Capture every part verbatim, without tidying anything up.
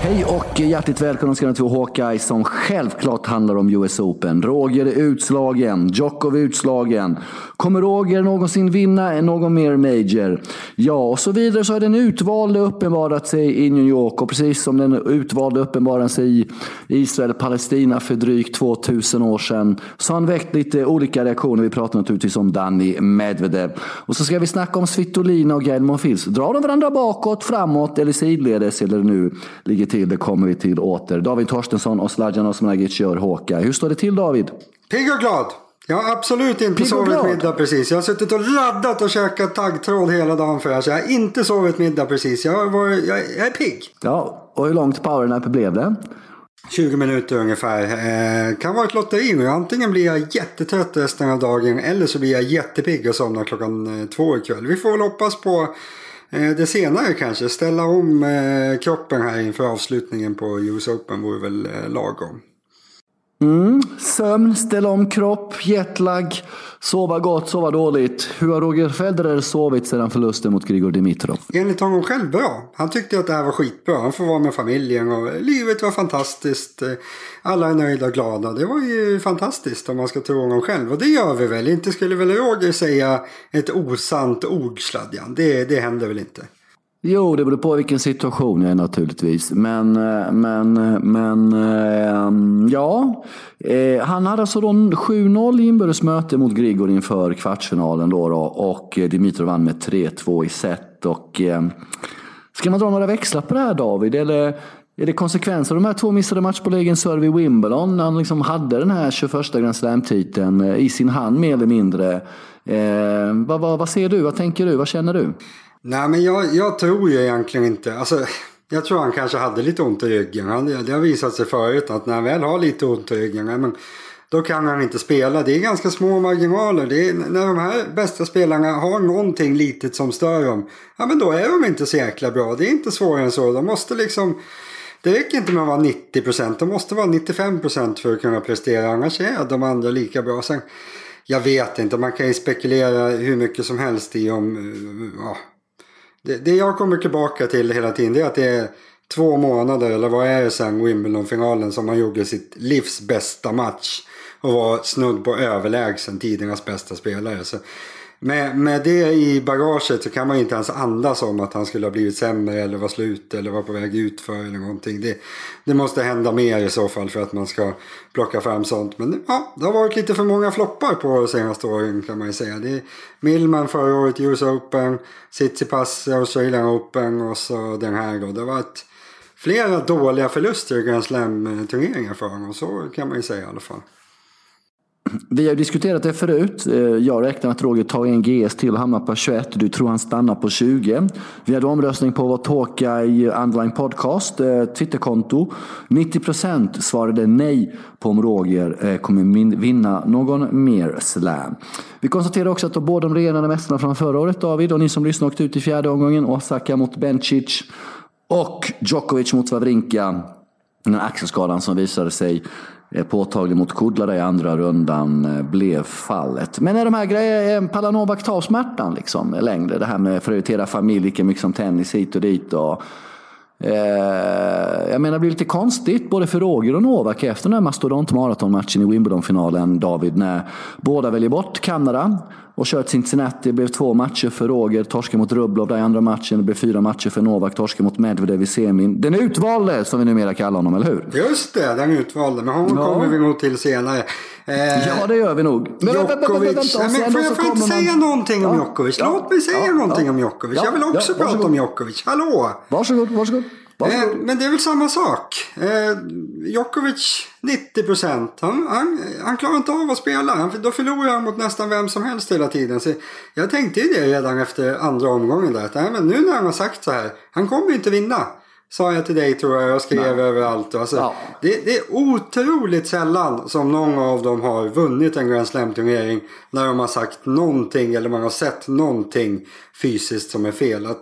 Hej och hjärtligt välkomna ska ni till Hawkeye som självklart handlar om U S Open. Roger är utslagen, Djokovic utslagen. Kommer Roger någonsin vinna någon mer major? Ja, och så vidare. Så har den utvalde uppenbarat sig i New York, och precis som den utvalde uppenbarat sig i Israel och Palestina för drygt tvåtusen år sedan, så har han väckt lite olika reaktioner. Vi pratar naturligtvis om Dani Medvedev. Och så ska vi snacka om Svitolina och Gael Monfils. Drar de varandra bakåt, framåt eller sidledes, eller nu ligger till? Det kommer vi till åter. David Torstensson och Sladjan Osmanagic gör Hawkeye. Hur står det till, David? Pigg och glad. Jag har absolut inte sovit middag precis. Jag har suttit och laddat och käkat taggtråd hela dagen för det här. Så jag har inte sovit middag precis. Jag, har varit, jag, jag är pigg. Ja, och hur långt powernap blev det? tjugo minuter ungefär. Eh, kan vara ett lotteri. Antingen blir jag jättetrött resten av dagen, eller så blir jag jättepigg och somnar klockan två ikväll. Vi får väl hoppas på eh, det senare kanske. Ställa om eh, kroppen här inför avslutningen på U S Open vore väl eh, lagom. Mm, sömn, ställa om kropp, jetlag, sova gott, sova dåligt. Hur har Roger Federer sovit sedan förlusten mot Grigor Dimitrov? Enligt honom själv bra. Han tyckte att det här var skitbra. Han får vara med familjen och livet var fantastiskt. Alla är nöjda och glada. Det var ju fantastiskt om man ska tro honom själv. Och det gör vi väl. Inte skulle väl Roger säga ett osant ord, Sladjan. Det, det händer väl inte. Jo, det beror på vilken situation jag är naturligtvis. Men, men, men ja. Han hade alltså då sju noll i inbördesmöte mot Grigor inför kvartsfinalen då, då. Och Dimitrov vann med tre två i set. Och ska man dra några växlar på det här, David? Eller är det konsekvenser av de här två missade matchpåläggen serve i Wimbledon, när han liksom hade den här tjugoförsta Grand Slam-titeln i sin hand mer eller mindre? Eh, vad, vad, vad ser du? Vad tänker du? Vad känner du? Nej, men jag, jag tror ju egentligen inte. Alltså, jag tror han kanske hade lite ont i ryggen. Han, det har visat sig förut att när han väl har lite ont i ryggen, men då kan han inte spela. Det är ganska små marginaler. Det är, när de här bästa spelarna har någonting litet som stör dem, ja, men då är de inte så jäkla bra. Det är inte svårare än så. De måste liksom... Det räcker inte med att vara nittio procent. De måste vara nittiofem procent för att kunna prestera. Annars är de andra lika bra. Sen, jag vet inte. Man kan ju spekulera hur mycket som helst i om... Ja, Det, det jag kommer tillbaka till hela tiden, det är att det är två månader eller vad är det sen Wimbledon-finalen som han gjorde sitt livs bästa match och var snudd på överlägsen tidernas bästa spelare. Så med, med det i bagaget så kan man inte ens andas om att han skulle ha blivit sämre eller var slut eller var på väg ut för eller någonting. Det, det måste hända mer i så fall för att man ska plocka fram sånt. Men ja, det har varit lite för många floppar på de senaste åren, kan man ju säga. Det är Millman förra året, U S Open, Tsitsipas, Australian Open och så den här då. Det har varit flera dåliga förluster i Grand Slam-turneringar för honom, så kan man ju säga i alla fall. Vi har diskuterat det förut. Jag räknar med att Roger tar en G S till och hamnar på tjugoett. Du tror han stannar på tjugo. Vi hade omröstning på vårt Hawkeye Online Podcast Twitterkonto. nittio procent svarade nej på om Roger kommer vinna någon mer slam. Vi konstaterar också att då båda de regerande mästarna från förra året, David, och ni som lyssnar åkt ut i fjärde omgången, Osaka mot Bencic och Djokovic mot Wawrinka. Den axelskadan som visade sig påtaglig mot Kudla i andra rundan blev fallet. Men är de här grejerna, pallar Novak ta smärtan liksom längre? Det här med att prioritera familj lika mycket som tennis hit och dit. Och, eh, jag menar det blir lite konstigt både för Roger och Novak efter den här mastodontmaratonmatchen i Wimbledon-finalen, David, när båda väljer bort Kanada och kört Cincinnati. Det blev två matcher för Roger, torska mot Rublev där i andra matchen. Det blev fyra matcher för Novak, torska mot Medvedev i semin. Den utvalde, som vi numera kallar honom, eller hur? Just det, den utvalde. Men honom ja. kommer vi nog till senare. Eh, ja, det gör vi nog. Men, Djokovic. Men, men, får jag får inte säga man... någonting om ja. Djokovic? Ja. Låt mig säga ja. någonting ja. om Djokovic. Ja. Jag vill också ja. prata om Djokovic. Hallå! Varsågod, varsågod. Eh, men det är väl samma sak. Eh, Djokovic nittio procent. Han, han, han klarar inte av att spela. Han, då förlorar han mot nästan vem som helst hela tiden. Så jag tänkte ju det redan efter andra omgången där. Att, nej, men nu när han har sagt så här. Han kommer inte vinna. Sa jag till dig, tror jag. Jag skrev nej. överallt. Alltså, ja. det, det är otroligt sällan som någon av dem har vunnit en Grand Slam-turnering. När de har sagt någonting eller man har sett någonting fysiskt som är fel. Att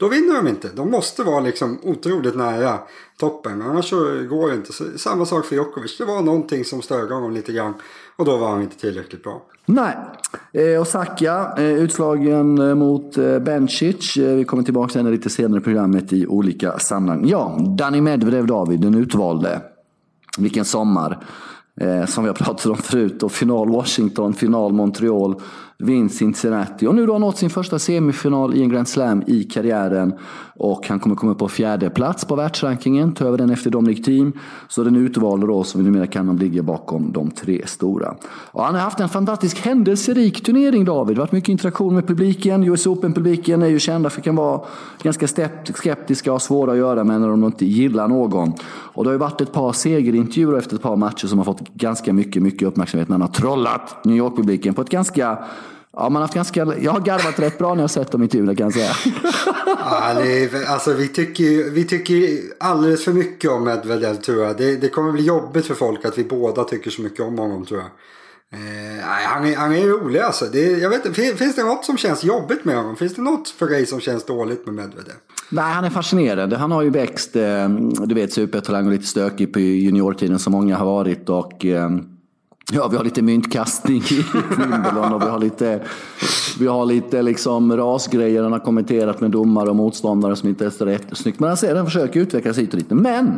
då vinner de inte. De måste vara liksom otroligt nära toppen. Annars så går det inte. Så, samma sak för Djokovic. Det var någonting som störde honom lite grann. Och då var han inte tillräckligt bra. Nej. Eh, Osaka, eh, utslagen mot eh, Bencic. Eh, vi kommer tillbaka sen lite senare i programmet i olika sammanhang. Ja, Dani Medvedev, David, den utvalde. Vilken sommar. Eh, som vi har pratat om förut. Och final Washington, final Montreal, vinst Cincinnati. Och nu då har han nått sin första semifinal i en Grand Slam i karriären. Och han kommer komma upp på fjärde plats på världsrankingen. Ta över den efter Dominic Thiem. Så den utvalde då, som vi numera kan de ligga bakom de tre stora. Och han har haft en fantastisk händelserik turnering, David. Det har varit mycket interaktion med publiken. U S Open-publiken är ju kända för att kan vara ganska skeptiska och svåra att göra med när de inte gillar någon. Och det har ju varit ett par segerintervjuer efter ett par matcher som har fått ganska mycket, mycket uppmärksamhet när han har trollat New York-publiken på ett ganska... Ja, man har haft ganska, jag har garvat rätt bra när jag har sett dem i intervjuer, kan jag säga. Ja, det är, alltså, vi, tycker, vi tycker alldeles för mycket om Medvedev, tror jag. Det, det kommer bli jobbigt för folk att vi båda tycker så mycket om honom, tror jag. Eh, han, är, han är rolig alltså. Det, jag vet, finns, finns det något som känns jobbigt med honom? Finns det något för dig som känns dåligt med Medvedev? Nej, han är fascinerande. Han har ju växt, eh, du vet, supertalang och lite stökig på juniortiden som många har varit. Och... Eh, Ja, vi har lite myntkastning i Wimbledon och vi har lite, vi har lite liksom rasgrejer. Han har kommenterat med domare och motståndare som inte är så rätt snyggt. Men han säger att han försöker utveckla sig lite. Men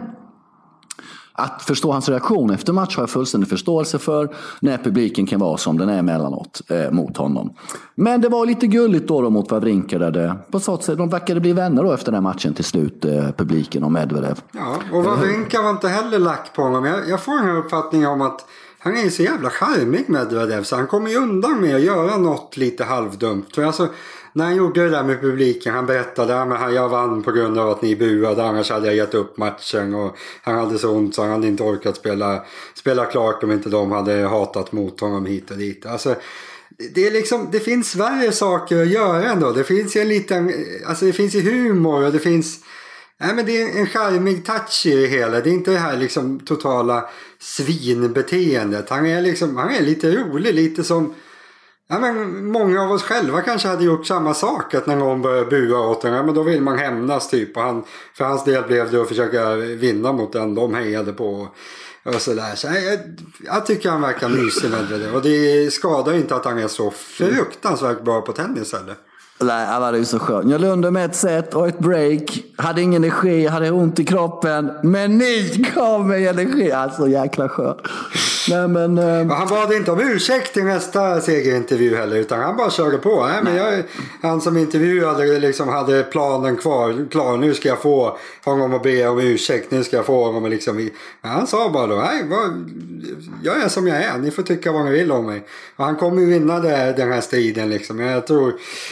att förstå hans reaktion efter match har jag fullständig förståelse för, när publiken kan vara som den är emellanåt eh, mot honom. Men det var lite gulligt då, då mot Wawrinka där det, på så sätt, de verkade bli vänner då efter den matchen till slut, eh, publiken och Medvedev. Ja, och Wawrinka var inte heller lack på honom. Jag, jag får en uppfattning om att han är så jävla charmig Medvedev, så han kommer ju undan med att göra något lite halvdumt. För alltså, när han gjorde det där med publiken, han berättade att jag vann på grund av att ni buade, annars hade jag gett upp matchen, och han hade så ont så han hade inte orkat spela, spela klart om inte de hade hatat mot honom hit och dit. Alltså, det är liksom, det finns värre saker att göra ändå. Det finns ju en liten, alltså det finns ju humor och det finns... Nej, men det är en charmig touch i det hela. Det är inte det här liksom totala svinbeteendet. Han är liksom, han är lite rolig, lite som, ja, men många av oss själva kanske hade gjort samma sak, att när någon börjar bua åt den, ja, men då vill man hämnas typ, och han, för hans del blev det att försöka vinna mot den de hejade på och sådär. Så jag, jag tycker han verkar mysig med det, och det skadar inte att han är så fruktansvärt bra på tennis heller. Nej, han var ju så skön. Jag lundade med ett set och ett break. Hade ingen energi, hade ont i kroppen. Men ni gav mig energi. Alltså jäkla skön. Nej, men, um... han bad inte om ursäkt till nästa segerintervju heller, utan han bara körde på. Nej, men jag, han som intervjuade liksom hade planen kvar. Klar, nu ska jag få honom att be om ursäkt. Nu ska jag få honom att liksom... Men han sa bara då, nej, vad, jag är som jag är. Ni får tycka vad ni vill om mig. Och han kommer ju vinna det, den här striden liksom. Jag tror...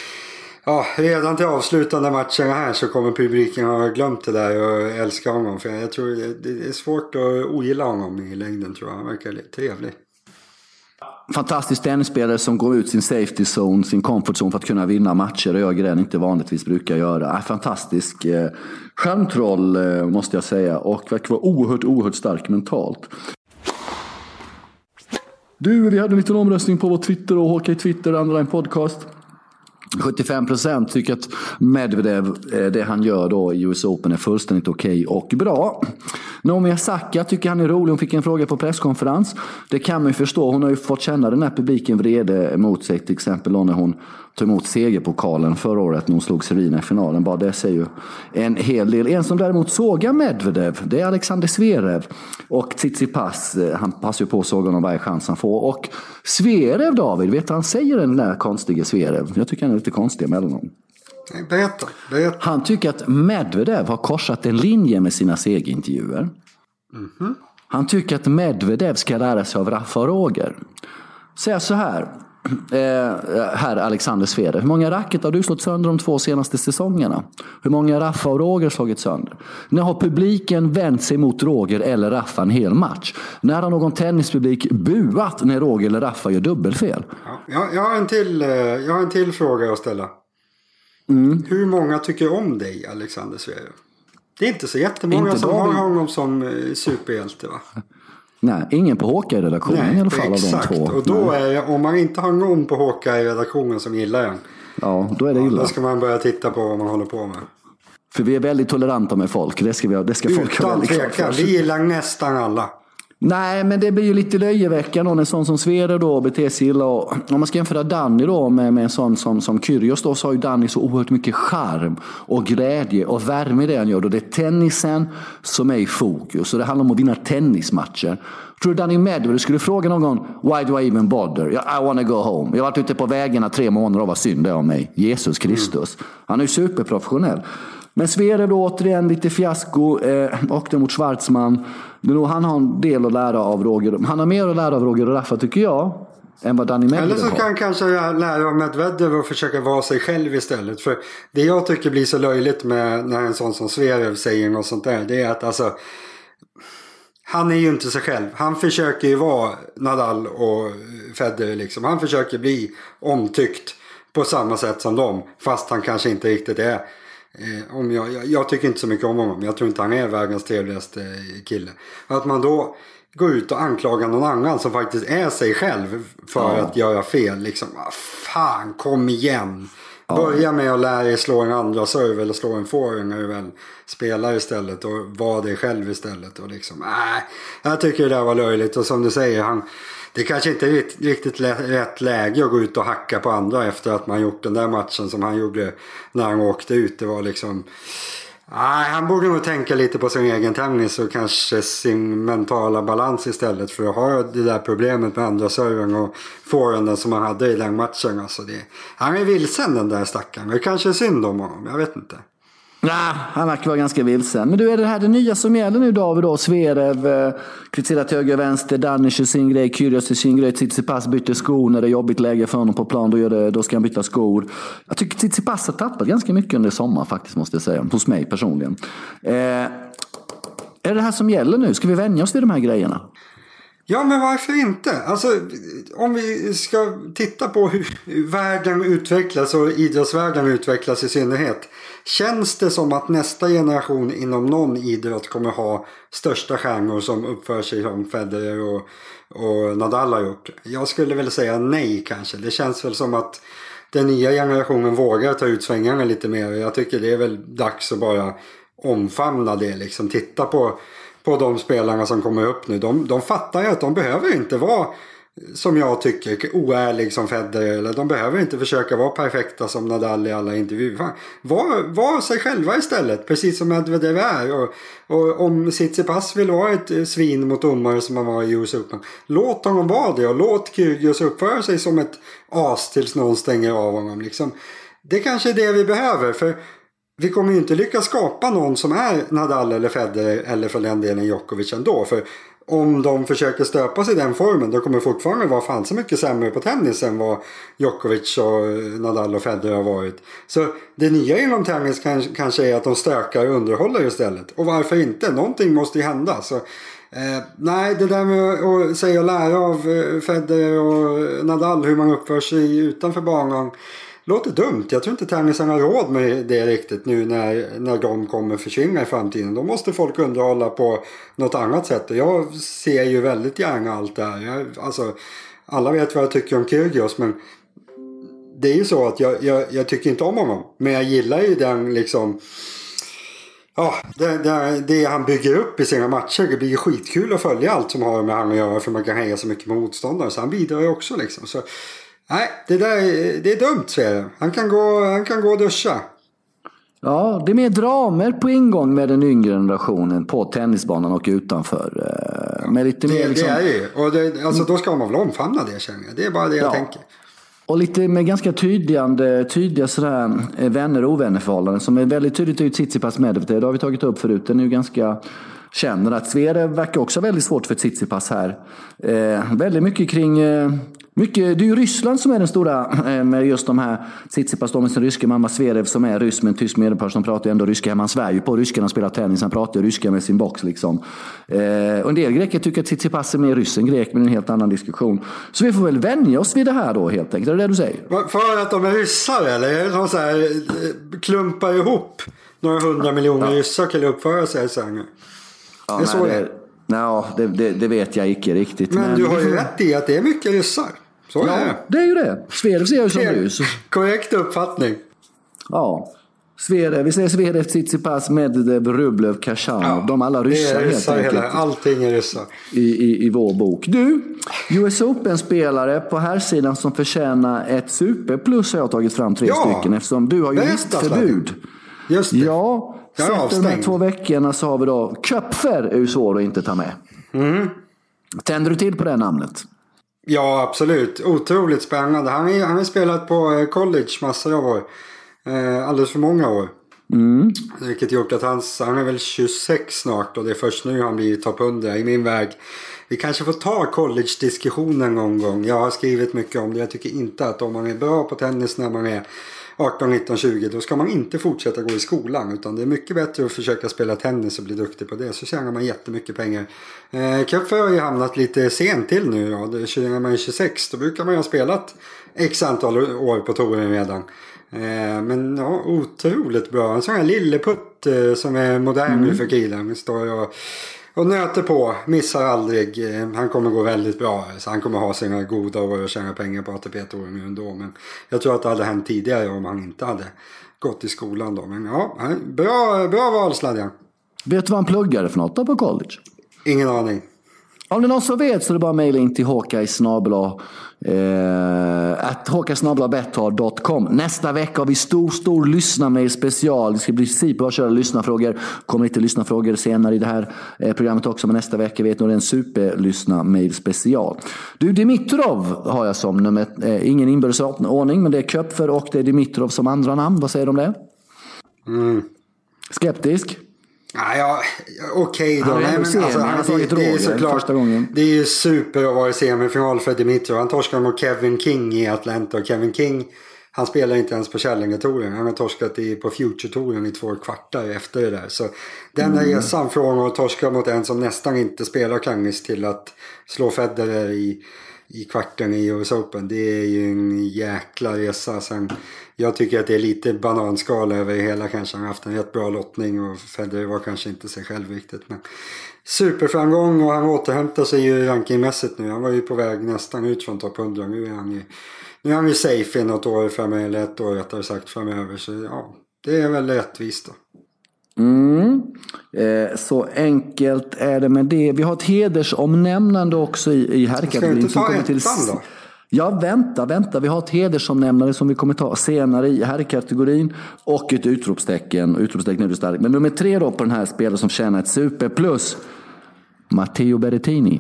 Ja, redan till avslutande matcherna här så kommer publiken ha glömt det där och älska honom. För jag tror det är svårt att ogilla honom i längden, tror jag. Han verkar lite trevlig. Fantastisk tennisspelare som går ut sin safety zone, sin comfort zone för att kunna vinna matcher. Och jag gren inte vanligtvis brukar göra. Fantastisk eh, skärmtroll eh, måste jag säga. Och verkar vara oerhört, oerhört stark mentalt. Du, vi hade en liten omröstning på vår Twitter och Håka i Twitter, Underline Podcast. sjuttiofem procent tycker att Medvedev, det han gör då i U S Open, är fullständigt okej och bra. Naomi Osaka tycker han är rolig. Hon fick en fråga på presskonferens. Det kan man ju förstå. Hon har ju fått känna den här publiken vrede mot sig. Till exempel när hon tog emot segerpokalen förra året när hon slog Serena i finalen. Bara det säger ju en hel del. En som däremot sågar Medvedev, det är Alexander Zverev. Och Tsitsipas, han passar ju på att såga honom varje chans han får. Och Zverev, David, vet du han säger, den där konstiga Zverev? Jag tycker han är lite konstig mellan dem. Berätta, berätta. Han tycker att Medvedev har korsat en linje med sina segerintervjuer. Mm-hmm. Han tycker att Medvedev ska lära sig av Rafa och Roger. Säg så här, eh, här Alexander Zverev. Hur många racket har du slått sönder de två senaste säsongerna? Hur många Rafa och Roger slagit sönder? När har publiken vänt sig mot Roger eller Rafa en hel match? När har någon tennispublik buat när Roger eller Rafa gör dubbelfel? Ja, jag, jag, har en till, jag har en till fråga att ställa. Mm. Hur många tycker om dig, Alexander Zverev? Det är inte så jättemånga inte som har honom som superhjälte, va? Nej, ingen på Håka i redaktionen. Nej, i alla fall exakt. Av de två. Och då är det, om man inte har någon på Håka i redaktionen som gillar en, ja, då är det illa. Då ska man börja titta på vad man håller på med. För vi är väldigt toleranta med folk. Det ska, vi, det ska folk ha väldigt klart för sig. Vi gillar nästan alla. Nej, men det blir ju lite löjeväckande om en sån som Sverre då beter sig illa. Och om man ska jämföra Danny då med, med en sån som, som Kyrgios då, så har ju Danny så oerhört mycket charm och glädje och värme i det han gör. Och det är tennisen som är i fokus. Och det handlar om att vinna tennismatcher. Tror du Danny Medvedev skulle fråga någon gång, why do I even bother? I wanna go home. Jag har varit ute på vägarna tre månader och vad synd det är om mig. Jesus Kristus. Mm. Han är ju superprofessionell. Men Sverre då återigen lite fiasko. Eh, åkte mot Schwartzman. Han har en del att lära av Roger. Han har mer att lära av Roger och Rafa tycker jag än vad Danny Medvedev har. Eller så kan han kanske lära av Medvedev och försöka vara sig själv istället. För det jag tycker blir så löjligt med när en sån som Sverre säger något sånt där, det är att alltså, han är ju inte sig själv. Han försöker ju vara Nadal och Federer liksom. Han försöker bli omtyckt på samma sätt som dem, fast han kanske inte riktigt är. Eh, om jag, jag, jag tycker inte så mycket om honom. Jag tror inte han är världens trevligaste kille. Att man då går ut och anklagar någon annan som faktiskt är sig själv för ja. att göra fel. Liksom, ah, fan, kom igen. Ja. Börja med att lära dig slå en andra serve eller slå en forehand när du väl spelar istället. Och vara dig själv istället. Och liksom, äh, jag tycker det där var löjligt. Och som du säger, han... Det kanske inte är riktigt rätt läge att gå ut och hacka på andra efter att man gjort den där matchen som han gjorde när han åkte ut. Det var liksom... Nej, han borde nog tänka lite på sin egen tennis och kanske sin mentala balans istället för att ha det där problemet med andra serven och forehanden som han hade i den matchen. Alltså det, han är vilsen den där stackaren. Det kanske är synd om honom, jag vet inte. Nej, han verkar vara ganska vilsen. Men du, är det här det nya som gäller nu David då? Zverev eh, kritiserar till höger och vänster, Danic är sin grej, Kyrgios är sin grej, Tsitsipas byter skor när det är jobbigt läge för honom på plan, då, gör det, då ska han byta skor. Jag tycker Tsitsipas har tappat ganska mycket under sommar faktiskt, måste jag säga, hos mig personligen. Eh, är det det här som gäller nu? Ska vi vänja oss vid de här grejerna? Ja, men varför inte? Alltså, om vi ska titta på hur världen utvecklas och idrottsvärlden utvecklas i synnerhet. Känns det som att nästa generation inom någon idrott kommer ha största stjärnor som uppför sig som Federer och, och Nadal har gjort? Jag skulle väl säga nej kanske. Det känns väl som att den nya generationen vågar ta ut svängarna lite mer. Jag tycker det är väl dags att bara omfamna det. Liksom. Titta på... på de spelarna som kommer upp nu. De, de fattar ju att de behöver inte vara, som jag tycker, oärlig som Federer. Eller de behöver inte försöka vara perfekta som Nadal i alla intervjuer. Var, var sig själva istället. Precis som Medvedev är. Och, och om Tsitsipas vill vara ett svin mot domare som han var i U S Open. Låt honom vara det. Och låt Kyrgios uppföra sig som ett as tills någon stänger av honom. Liksom. Det kanske är det vi behöver. För vi kommer ju inte lyckas skapa någon som är Nadal eller Federer eller för den delen Djokovic ändå. För om de försöker stöpa sig i den formen, då kommer fortfarande vara fan så mycket sämre på tennis än vad Djokovic och Nadal och Federer har varit. Så det nya inom tennis kan, kanske är att de stökar och underhåller istället. Och varför inte? Någonting måste ju hända. Så, eh, nej, det där med att säga och lära av eh, Federer och Nadal hur man uppför sig utanför banan låter dumt. Jag tror inte tennisen har råd med det riktigt nu när, när de kommer försvinna i framtiden. Då måste folk underhålla på något annat sätt. Och jag ser ju väldigt gärna allt det här. Jag, alltså, alla vet vad jag tycker om Kyrgios, men det är ju så att jag, jag, jag tycker inte om honom. Men jag gillar ju den liksom... Ja, det, det, det han bygger upp i sina matcher. Det blir ju skitkul att följa allt som har med han att göra, för man kan heja så mycket med motståndare. Så han bidrar ju också liksom. Så... Nej, det där det är dumt, Sverige. Han kan gå, han kan gå och duscha. Ja, det är mer dramer på ingång med den yngre generationen på tennisbanan och utanför. Med lite det, mer liksom... det är ju. Och det, alltså, då ska man väl omfamna det, känner jag. Det är bara det jag ja. tänker. Och lite med ganska tydliga, tydliga sådär, vänner och ovänner förhållanden som är väldigt tydligt ut Tsitsipas Medvedev. Det har vi tagit upp förut. Den är ju ganska... Känner att Sverige verkar också väldigt svårt för Tsitsipas här. Eh, väldigt mycket kring... Eh, mycket, det är ju Ryssland som är den stora eh, med just de här Tsitsipas, de med sin ryska mamma Zverev som är ryss med en tysk medpers som pratar ju ändå ryska. Man svär ju på ryskarna spelar tennis, han pratar ju ryska med sin box liksom. Eh, och en del greker tycker att Tsitsipas är mer ryss än grek, men en helt annan diskussion. Så vi får väl vänja oss vid det här då helt enkelt, är det det du säger? För att de är ryssar eller? Är det så här, klumpar ihop några hundra miljoner ja. ryssar till att uppföra sig så här? Ja, det är så det, nej, det, det, det vet jag inte riktigt. Men, men du har ju rätt i att det är mycket ryssar. Så ja, är det. Det är ju det. Sverige ser ju som ryss. Korrekt uppfattning. Ja. Zverev, vi säger Zverev, Tsitsipas, Medvedev, Rublev, Khachanov. Ja, de alla ryssar helt enkelt. Hela, allting är ryssar. I, i, I vår bok. Du, U S Open-spelare på här sidan som förtjänar ett superplus har jag tagit fram tre ja, stycken eftersom du har ju visst förbud. Just det. Ja, efter de här två veckorna så har vi då Köpfer är ju svår att inte ta med. Mm. Tänder du till på det namnet? Ja, absolut. Otroligt spännande. Han har han spelat på college massor av år. Eh, alldeles för många år. Mm. Vilket gjort att han, han är väl tjugosex snart och det är först nu han blir topp hundra i min väg. Vi kanske får ta college-diskussionen någon gång. Jag har skrivit mycket om det. Jag tycker inte att om man är bra på tennis när man är arton, nitton, tjugo då ska man inte fortsätta gå i skolan. Utan det är mycket bättre att försöka spela tennis och bli duktig på det. Så tjänar man jättemycket pengar. Eh, Köpfer har ju hamnat lite sent till nu. Ja. När man är tjugosex då brukar man ju ha spelat x antal år på touren redan. Eh, men ja, otroligt bra. En sån här lilleputt eh, som är modern mm. nu för killen. Står och, och nöter på. Missar aldrig. Eh, han kommer gå väldigt bra. Så han kommer ha sina goda år och tjäna pengar på A T P-touren nu ändå. Men jag tror att det hade hänt tidigare om han inte hade gått i skolan då. Men ja, bra, bra val Sladjan. Vet du vad han pluggade för något på college? Ingen aning. Om det är någon som vet så är det bara att mejla in till Håkaj snabel-a eh, att håkaj snabel-a betthard dot com. Nästa vecka har vi stor, stor lyssnarmail special. Det ska bli precis bara att köra lyssnarfrågor. Kommer lite lyssnarfrågor senare i det här eh, programmet också. Men nästa vecka vet nog det är en superlyssnarmail special. Du, Dimitrov har jag som nummer, eh, ingen inbördes ordning, men det är Köpfer och det är Dimitrov som andra namn. Vad säger du om det? Mm. Skeptisk? Ja, ja okej okay då. Nej, men alltså, han, han det, det, det är såklart det är ju super att vara i semifinal för Dimitrov. Han torskar mot Kevin King i Atlanta och Kevin King han spelar inte ens på Källingetouren. Han har torskat i, på Future-touren i två kvartar efter det där. Så den där mm. resan från att torska mot en som nästan inte spelar tennis till att slå Federer i, i kvarten i U S Open. Det är ju en jäkla resa. Sen, jag tycker att det är lite bananskal över hela kanske. Han har haft en rätt bra lottning och Federer var kanske inte sig själv riktigt. Men superframgång och han återhämtar sig ju rankingmässigt nu. Han var ju på väg nästan ut från topp hundra. Nu är han ju, nu är han ju safe i något år framöver, eller ett år rättare sagt framöver. Så ja, det är väl rättvist då. Mm. Eh, så enkelt är det med det. Vi har ett hedersomnämnande också i, i herrkategorin. Ska vi inte ta ettan då? Ja, vänta, vänta. Vi har ett hedersomnämnande som vi kommer ta senare i herrkategorin och ett utropstecken. Utropstecken är du stark. Men nummer tre då på den här spelaren som tjänar ett superplus. Matteo Berrettini.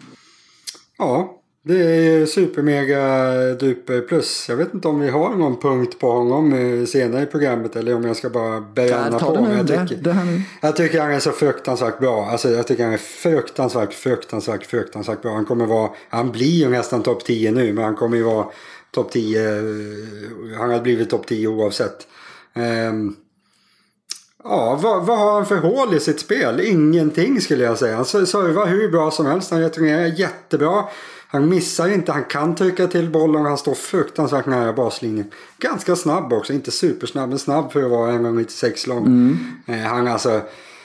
Ja, det är supermega duper plus. Jag vet inte om vi har någon punkt på honom senare i programmet eller om jag ska bara börja på. Den jag, det, tycker, det jag tycker han är så fruktansvärt bra. Alltså, jag tycker han är fruktansvärt, fruktansvärt, fruktansvärt bra. Han kommer vara, han blir ju nästan topp tio nu, men han kommer ju vara topp tio. Han har blivit topp tio oavsett. Um, Ja, vad, vad har han för hål i sitt spel? Ingenting skulle jag säga. Han servar hur bra som helst. Han returnerar jättebra. Han missar inte. Han kan trycka till bollen. Han står fruktansvärt nära baslinjen. Ganska snabb också. Inte supersnabb, men snabb för att vara en gång nittiosex lång. Mm. Eh, han alltså...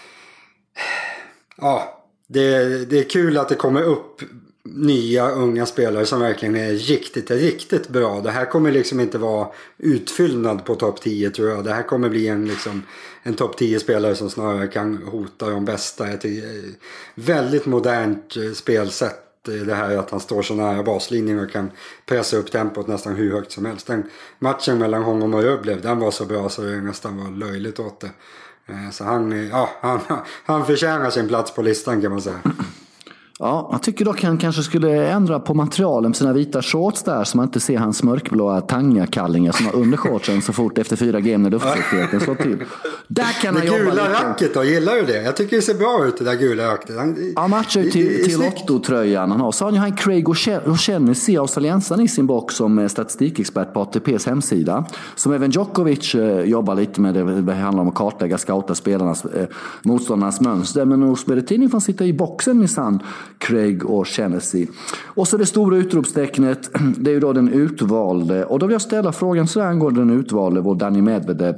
Ja, det, det är kul att det kommer upp nya unga spelare som verkligen är riktigt, riktigt bra. Det här kommer liksom inte vara utfyllnad på topp tio tror jag. Det här kommer bli en, liksom, en topp tio spelare som snarare kan hota de bästa. Ett väldigt modernt spelsätt. Det här att han står så nära baslinjen och kan pressa upp tempot nästan hur högt som helst. Den matchen mellan honom och Rublev, den var så bra så det nästan var löjligt åt det. Så han, ja, han, han förtjänar sin plats på listan kan man säga. Ja, jag tycker dock han kanske skulle ändra på materialen med sina vita shorts där så man inte ser hans mörkblåa tangakallingar som har under shortsen så fort efter fyra game när luftfuktigheten slår till. Där kan han jobba lite. Det gula racket då, gillar du det? Jag tycker det ser bra ut det där gula racket. Han, ja, matchar ju till, till Otto-tröjan han har. Så har han Craig O'Shannessy, australiensaren i sin box som statistikexpert på A T P:s hemsida. Som även Djokovic eh, jobbar lite med. Det, det handlar om att kartlägga, scouta spelarnas eh, motståndarnas mönster. Men hos Berrettini får sitta i boxen med sann Craig O'Shannessy. Och så det stora utropstecknet, det är ju då den utvalde. Och då vill jag ställa frågan så här angående den utvalde, vår Dani Medvedev.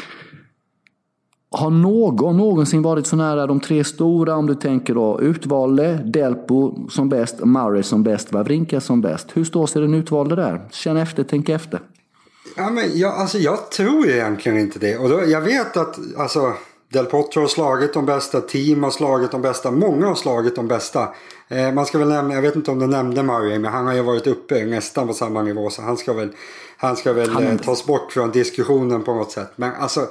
Har någon någonsin varit så nära de tre stora, om du tänker då utvalde, Delpo som bäst, Murray som bäst, Wawrinka som bäst. Hur står sig den utvalde där? Känn efter, tänk efter. Ja, men jag, alltså, jag tror egentligen inte det. Och då, jag vet att alltså, Del Potro har slagit de bästa, team har slagit de bästa, många har slagit de bästa. Eh, man ska väl nämna, jag vet inte om du nämnde Murray, men han har ju varit uppe nästan på samma nivå, så han ska väl, han ska väl han... Eh, tas bort från diskussionen på något sätt. Men alltså,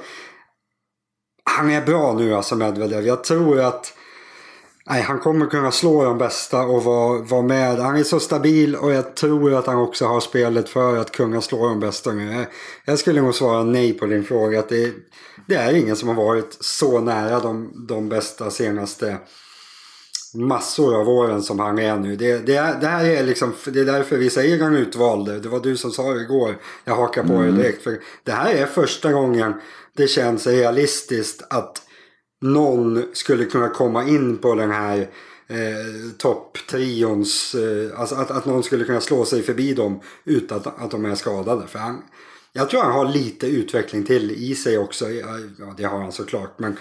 han är bra nu alltså, Medvedev. Jag tror att nej, han kommer kunna slå de bästa och vara, vara med. Han är så stabil och jag tror att han också har spelet för att kunna slå de bästa nu. Jag, jag skulle nog svara nej på din fråga. Att det, det är ingen som har varit så nära de, de bästa senaste massor av åren som han är nu. Det, det, är, det här är liksom, det är därför vi säger han utvalde. Det var du som sa igår. Jag hakar på mm. det direkt. För det här är första gången det känns realistiskt att någon skulle kunna komma in på den här eh, topptrions, eh, alltså att, att någon skulle kunna slå sig förbi dem utan att, att de är skadade. För han, jag tror han har lite utveckling till i sig också. Ja, det har han såklart, men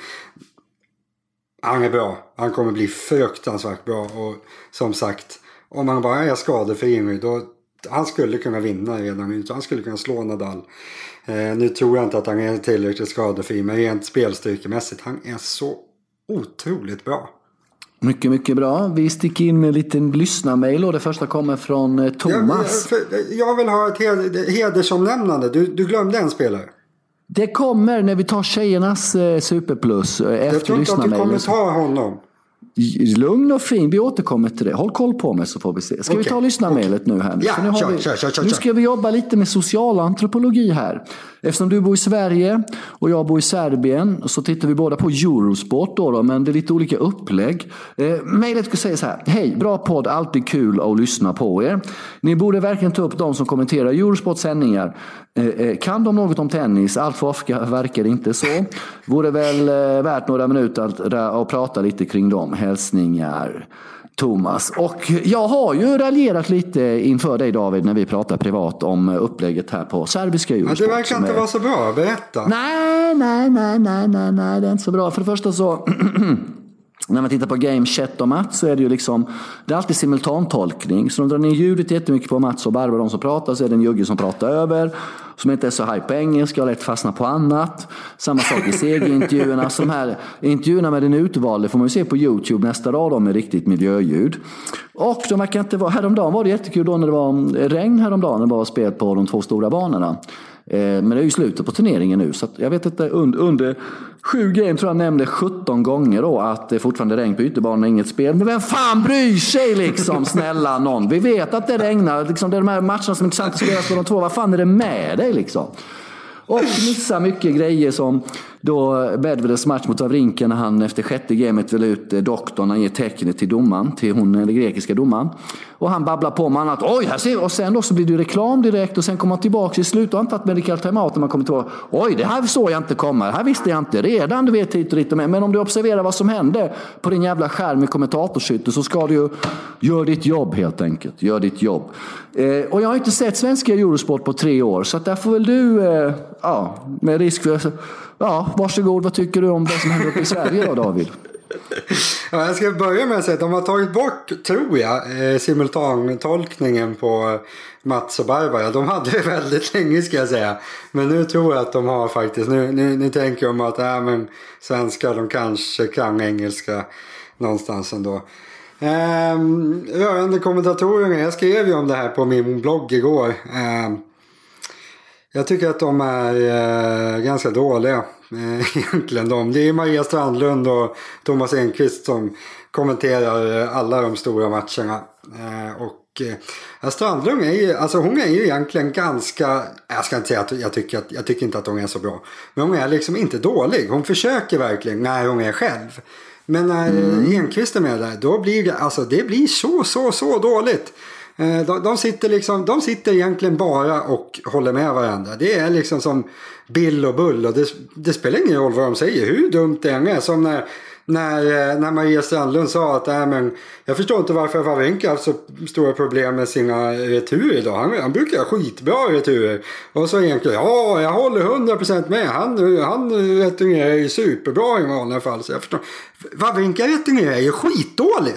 han är bra. Han kommer bli fruktansvärt bra. Och som sagt, om han bara är skadefri nu, då han skulle kunna vinna redan nu. Han skulle kunna slå Nadal. Eh, nu tror jag inte att han är tillräckligt skadefri, men rent spelstyrkemässigt, han är så otroligt bra. Mycket, mycket bra. Vi sticker in med en liten lyssnarmail och det första kommer från eh, Thomas. Jag, jag, jag vill ha ett hed, hedersomnämnande. Du, du glömde en spelare. Det kommer när vi tar tjejernas eh, superplus eh, efter lyssnarmailen. Jag tror inte att du kommer ta honom. Lugn och fin, vi återkommer till det. Håll koll på mig så får vi se. Ska okay. vi ta lyssnarmailet okay. nu här? Ja, nu, kör, vi, kör, kör, kör. nu ska vi jobba lite med social antropologi här. Eftersom du bor i Sverige och jag bor i Serbien så tittar vi båda på Eurosport då, då men det är lite olika upplägg. Eh, mailet ska säga så här: hej, bra podd, alltid kul att lyssna på er. Ni borde verkligen ta upp de som kommenterar Eurosports sändningar. Eh, eh, kan de något om tennis? Allt för ofta verkar det inte så. Vore väl eh, värt några minuter att, att prata lite kring dem. Hälsningar Thomas. Och jag har ju raljerat lite inför dig David när vi pratar privat om upplägget här på serbiska Eurosport. Men det verkar inte är... vara så bra, berätta. Nej, nej, nej, nej, nej, nej, det är inte så bra. För det första så när man tittar på game chat och Mats så är det ju liksom, det är alltid simultantolkning. Så de drar ner ljudet jättemycket på Mats och Barbara, de som pratar, så är det en jugge som pratar över, som inte är så hype på engelska och lätt fastna på annat. Samma sak i segerintervjuerna. Så de här intervjuerna med den utvalde får man ju se på YouTube nästa dag med riktigt miljöljud. Och de verkar inte vara, häromdagen var det jättekul då när det var regn häromdagen när det var spel på de två stora banorna. Men det är ju slutet på turneringen nu, så att jag vet inte, under, under sju game tror jag nämnde sjutton gånger då att det fortfarande regn på ytterbanan, inget spel. Men vem fan bryr sig liksom, snälla någon? Vi vet att det regnar, liksom, det är de här matcherna som är intressant att spelas på de två. Vad fan är det med dig liksom? Och missa mycket grejer som då Medvedevs match mot Wawrinka när han efter sjätte gamet vill ut doktorn, han ger tecknet till domaren, till hon, den grekiska domaren. Och han babblar på med annat. Oj, här ser vi. Och sen då så blir det reklam direkt och sen kommer man tillbaka i slut och han tagit medical timeout när man kommer tillbaka. Oj, det här såg jag inte komma. Det här visste jag inte redan, du vet hit och dit och med. Men om du observerar vad som hände på din jävla skärm i kommentatorskytte så ska du ju göra ditt jobb helt enkelt. Gör ditt jobb. Eh, och jag har inte sett svenska Eurosport på tre år så att där får väl du, eh, ja, med risk för... Ja, varsågod. Vad tycker du om det som händer uppe i Sverige då, David? Ja, jag ska börja med att säga att de har tagit bort, tror jag, eh, simultantolkningen på Mats och Barbara. De hade det väldigt länge, ska jag säga. Men nu tror jag att de har faktiskt, nu, nu, nu tänker de att äh, men svenskar, de kanske kan engelska någonstans ändå. Eh, rörande kommentatorerna, jag skrev ju om det här på min blogg igår. Eh, Jag tycker att de är eh, ganska dåliga eh, egentligen. De. Det är Maria Strandlund och Thomas Enqvist som kommenterar alla de stora matcherna. Eh, och eh, Strandlund är ju, alltså hon är ju egentligen ganska, jag ska inte säga att jag tycker, att, jag tycker inte att hon är så bra. Men hon är liksom inte dålig. Hon försöker verkligen när hon är själv. Men när mm. Enqvist är med där, då blir det, alltså, det blir så, så, så dåligt. De, de, sitter liksom, de sitter egentligen bara och håller med varandra. Det är liksom som Bill och Bull. Och det, det spelar ingen roll vad de säger. Hur dumt det än är. Som när, när, när Maria Strandlund sa att äh, men, jag förstår inte varför Wawrinka har så stora problem med sina returer idag. Han, han brukar ha skitbra returer. Och så egentligen, ja jag håller hundra procent med. Han, han returerar ju superbra i vanliga fall. Så jag förstår. Wawrinka returerar ju skitdåligt.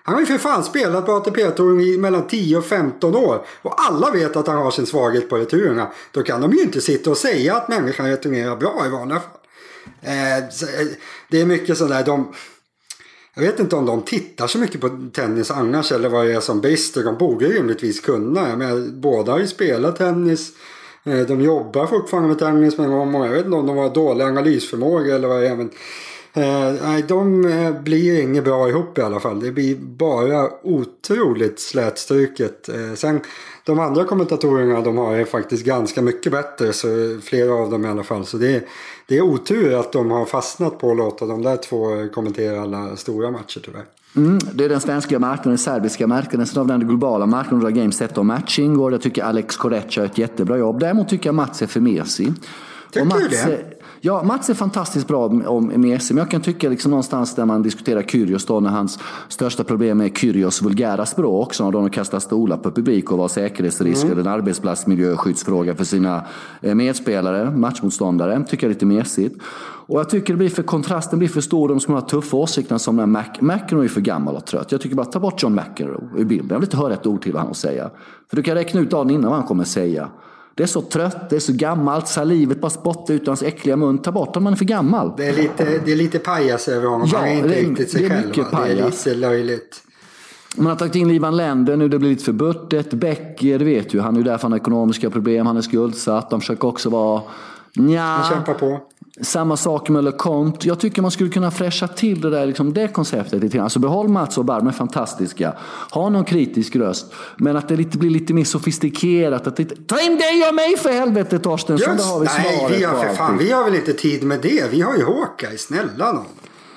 Han har ju för fan spelat på A T P-touren i mellan tio och femton år. Och alla vet att han har sin svaghet på returerna. Då kan de ju inte sitta och säga att människan returnerar bra i vanliga fall. Eh, så, eh, det är mycket sådär, de... Jag vet inte om de tittar så mycket på tennis annars eller vad det är som brister. De borde rimligtvis kunna. Men båda har ju spelat tennis. De jobbar fortfarande med tennis, men jag vet inte om de har dålig analysförmåga eller vad det är. Men, eh, nej, de blir inget bra ihop i alla fall. Det blir bara otroligt slätstruket. Eh, sen de andra kommentatorerna de har är faktiskt ganska mycket bättre, så flera av dem i alla fall. Så det, det är otur att de har fastnat på att låta de där två kommentera alla stora matcher tyvärr. Mm, det är den svenska marknaden, den serbiska marknaden. Sen har vi den globala marknaden där Game Set och Matching går. Jag tycker Alex Korec gör ett jättebra jobb. Däremot tycker jag Mats är för mesig. Tycker Mats, du det? Ja, Mats är fantastiskt bra om mesig. Men jag kan tycka liksom någonstans där man diskuterar Kyrgios då, när hans största problem är Kyrgios vulgära språk. Så när de kastar stolar på publik och var säkerhetsrisk mm. eller en arbetsplatsmiljöskyddsfråga för sina medspelare, matchmotståndare. Tycker jag är lite mesigt. Och jag tycker det blir för kontrasten blir för stor. De som har tuffa åsikter som när Mac, McEnroe är för gammal och trött. Jag tycker bara ta bort John McEnroe i bilden. Jag vill inte höra ett ord till vad han säger. För du kan räkna ut dagen innan vad han kommer säga. Det är så trött, det är så gammalt, salivet bara spottar ut hans äckliga mun. Ta bort om man är för gammal. Det är lite, det är lite pajas över honom. Ja, han är inte det är, riktigt sig det är själv. mycket Det är lite löjligt. Man har tagit in Livan Länder nu, det blir lite för buttet. Becker, det vet ju, han är ju därför han har ekonomiska problem, han är skuldsatt. De försöker också vara... Nja. Han kämpar på. Samma sak med LeConte. Jag tycker man skulle kunna fräscha till det där liksom det konceptet lite grann. Alltså behåll Mats och Barm är fantastiska. Ha någon kritisk röst. Men att det lite, blir lite mer sofistikerat. Att det, ta in dig och mig för helvete, Torsten. Just, som det har vi nej, vi har för fan, vi har väl inte tid med det. Vi har ju Håkai, snälla någon.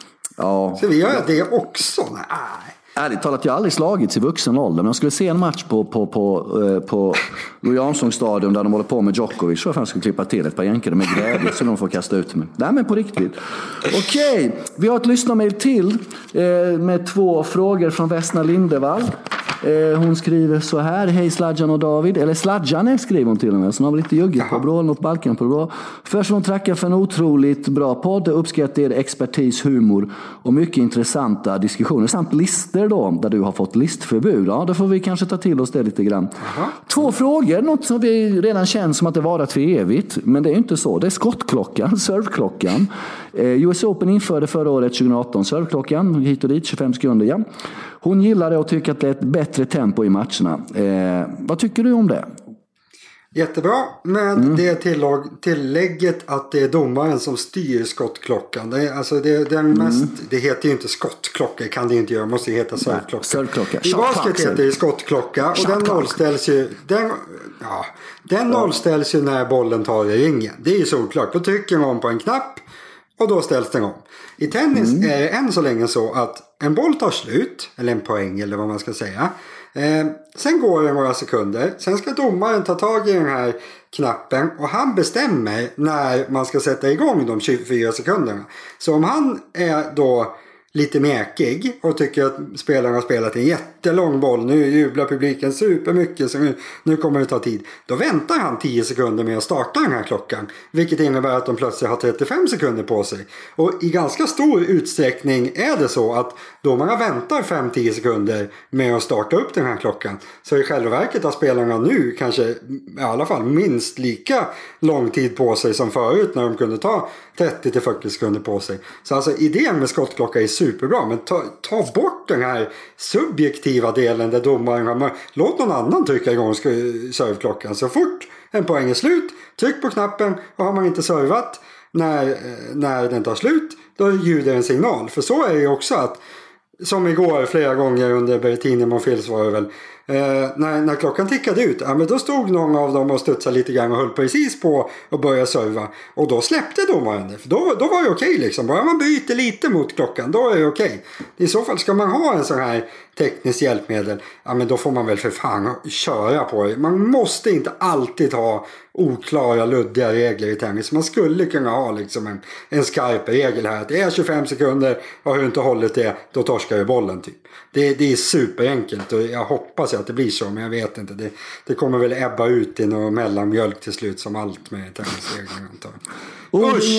Ja. Så vi gör det också. Nej. Ärligt talat, jag har aldrig slagits i vuxen ålder. Men jag skulle se en match på, på, på, eh, på Louis Armstrong-stadion där de håller på med Djokovic. Så jag skulle klippa till ett par jänkare med glädje så de får kasta ut mig. Nej, men på riktigt. Okej, okay. Vi har ett lyssnarmail till eh, med två frågor från Vesna Lindevall. Eh, hon skriver så här: hej Sladjan och David. Eller Sladjan skriver hon till och med. Så hon har lite juggigt på brålen och balken på bra. Först vill hon tacka för en otroligt bra podd. Uppskattar er expertis, humor och mycket intressanta diskussioner. Samt lister då, där du har fått listförbud. Ja, då får vi kanske ta till oss det lite grann. Aha. Två frågor, något som vi redan känner som att det varit för evigt. Men det är inte så. Det är skottklockan, serveklockan. Eh, U S Open införde förra året tjugo arton serveklockan. Hit och dit, tjugofem sekunder, ja. Hon gillar det och tycker att det är ett bättre tempo i matcherna. Eh, vad tycker du om det? Jättebra, men mm. det är tillägg, tillägget att det är domaren som styr skottklockan. Det, är, alltså det, den mest, mm. det heter ju inte skottklocka, kan det inte göra, måste heta servklocka. Servklocka. I basket heter det skottklocka och den nollställs ju, den, ja, den nollställs ju när bollen tar i ringen. Det är ju solklart, då trycker man på en knapp och då ställs den om. I tennis mm. är det än så länge så att en boll tar slut, eller en poäng eller vad man ska säga. Eh, sen går det några sekunder. Sen ska domaren ta tag i den här knappen och han bestämmer när man ska sätta igång de tjugofyra sekunderna. Så om han är då lite märkig och tycker att spelarna har spelat en jättelång boll, nu jublar publiken supermycket så nu, nu kommer det ta tid. Då väntar han tio sekunder med att starta den här klockan, vilket innebär att de plötsligt har trettiofem sekunder på sig. Och i ganska stor utsträckning är det så att domarna väntar fem till tio sekunder med att starta upp den här klockan. Så i själva verket har spelarna nu kanske i alla fall minst lika lång tid på sig som förut när de kunde ta trettio till fyrtio sekunder på sig. Så alltså idén med skottklocka är superbra, men ta, ta bort den här subjektiva delen där domaren har, låt någon annan trycka igång servklockan. Så fort en poäng är slut, tryck på knappen, och har man inte servat när, när den tar slut, då ljuder en signal. För så är det ju också att, som igår flera gånger under Berrettini Monfils var det väl, Eh, när, när klockan tickade ut, ja, men då stod någon av dem och studsade lite grann och höll precis på att börja serva. Och då släppte domaren det. För då, då var det okej okay, liksom. Bara man byter lite mot klockan, då är det okej. Okay. I så fall ska man ha en sån här tekniskt hjälpmedel, ja men då får man väl för fan köra på det. Man måste inte alltid ha oklara, luddiga regler i tennis. Man skulle kunna ha liksom en, en skarp regel här. Att det är tjugofem sekunder och har du inte hållit det, då torskar du bollen typ. Det, det är superenkelt och jag hoppas att det blir så, men jag vet inte. Det, det kommer väl ebba ut i någon mellanmjölk till slut, som allt med tennisreglerna antar. Ord, inget,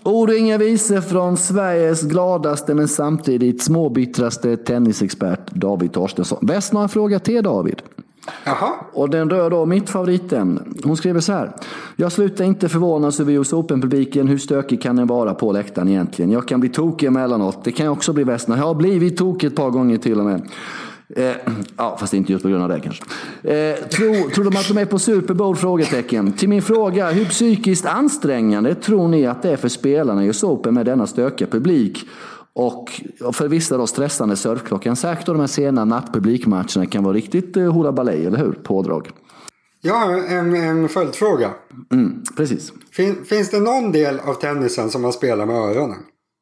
Ord och inga visor från Sveriges gladaste men samtidigt småbittraste tennisexpert David Torstensson. Västern har en fråga till David. Jaha. Och den rör då mitt favoritämne. Hon skriver så här: jag slutar inte förvånas över U S Open-publiken. Hur stökig kan den vara på läktaren egentligen? Jag kan bli tokig emellanåt. Det kan jag också bli Västern. Jag har blivit tokig ett par gånger till och med. Eh, ja, fast inte just på grund av det kanske. Eh, tror, tror de att de är på Super Bowl? Frågetecken. Till min fråga, hur psykiskt ansträngande tror ni att det är för spelarna i U S Open med denna stökiga publik? Och för vissa då stressande surfklockan. Säkert då de här sena nattpublikmatcherna kan vara riktigt eh, hula balej, eller hur? Pådrag. Ja, en, en följdfråga. Mm, precis. Fin, finns det någon del av tennisen som man spelar med öronen?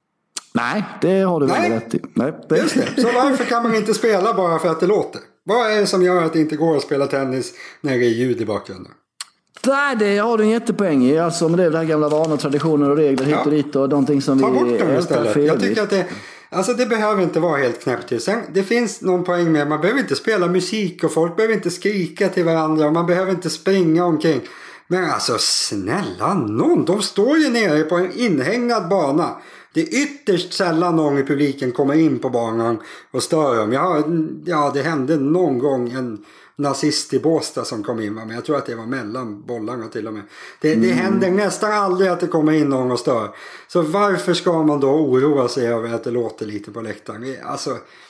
Nej, det har du väl rätt i. Nej, det... Just det. Så varför kan man inte spela bara för att det låter? Vad är det som gör att det inte går att spela tennis när det är ljud i bakgrunden? Nej, det har du en jättepoäng i. Alltså, men det är det här gamla vanor, traditioner och regler hit och dit och någonting som Ta vi bort dem istället. fel. Jag tycker att det, alltså det behöver inte vara helt knäppt. Sen, det finns någon poäng med, man behöver inte spela musik och folk behöver inte skrika till varandra och man behöver inte springa omkring. Men alltså snälla någon, de står ju nere på en inhägnad bana. Det är ytterst sällan någon i publiken kommer in på banan och stör dem. Ja, ja, det hände någon gång en nazist i Båstad som kom in. Men jag tror att det var mellan bollarna till och med. Det, mm. det händer nästan aldrig att det kommer in någon och stör. Så varför ska man då oroa sig över att det låter lite på läktaren? Alltså,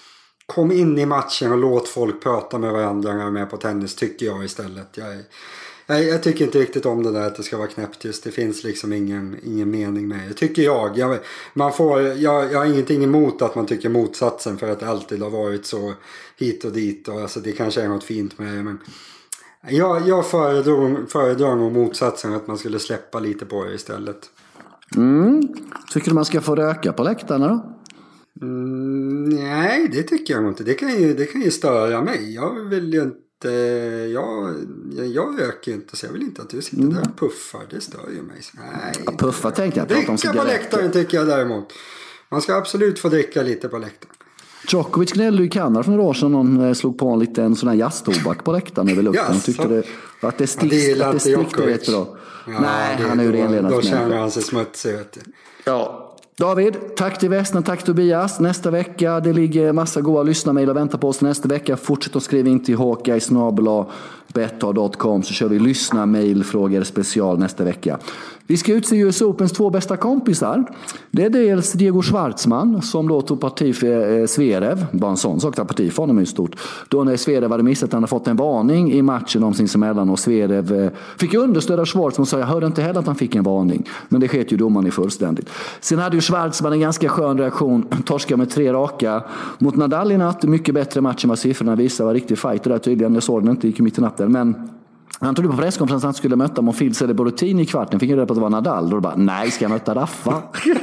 kom in i matchen och låt folk prata med varandra när de är på tennis, tycker jag istället. Jag är... Jag, jag tycker inte riktigt om det där att det ska vara knäpptyst. Det finns liksom ingen, ingen mening med det. Tycker jag. jag, man får, jag. Jag har ingenting emot att man tycker motsatsen för att det alltid har varit så hit och dit. Och alltså det kanske är något fint med det. Men jag, jag föredrar, föredrar nog motsatsen, att man skulle släppa lite på det istället. Mm. Tycker du man ska få röka på läktarna då? Mm, nej, det tycker jag inte. Det kan ju, det kan ju störa mig. Jag vill ju inte. Jag, jag röker inte, så jag vill inte att du sitter där och puffar. Det stör ju mig. Nej, ja, puffa tänkte jag. Prata om dricka på läktaren tycker jag däremot. Man ska absolut få dricka lite på läktaren. Djokovic gnällde i Kanada för några år sedan. Någon slog på en liten sån här jazztobak på läktaren över luften. Han tyckte det, att det stickte ja, rätt bra. Ja, nej, han är ju renledande. Då känner han sig smutsig. Ja. David, tack till Västern, tack Tobias. Nästa vecka, det ligger massa goda lyssnarmail och väntar på oss nästa vecka. Fortsätt att skriva in till hawkeye snabel-a betthard dot com så kör vi lyssnarmailfrågor special nästa vecka. Vi ska utse U S Opens två bästa kompisar. Det är dels Diego Schwartzman som då tog parti för eh, Zverev. Bara en sån sak, parti för honom är ju stort. Då när Zverev hade missat, han hade fått en varning i matchen om sinsemellan och Zverev eh, fick understöd av Schwartzman och sa jag hörde inte heller att han fick en varning. Men det sket ju domaren i fullständigt. Sen hade ju Schwartzman en ganska skön reaktion. Torska med tre raka mot Nadal i natt. Mycket bättre match än vad siffrorna visar. Var riktig fighter där tydligen. Jag såg den inte, gick mitt i natten. Men han trodde på presskonferensen att han skulle möta Monfils eller Borotini i kvarten. Fick ju reda på att det var Nadal. Då bara, nej, ska jag möta Raffa?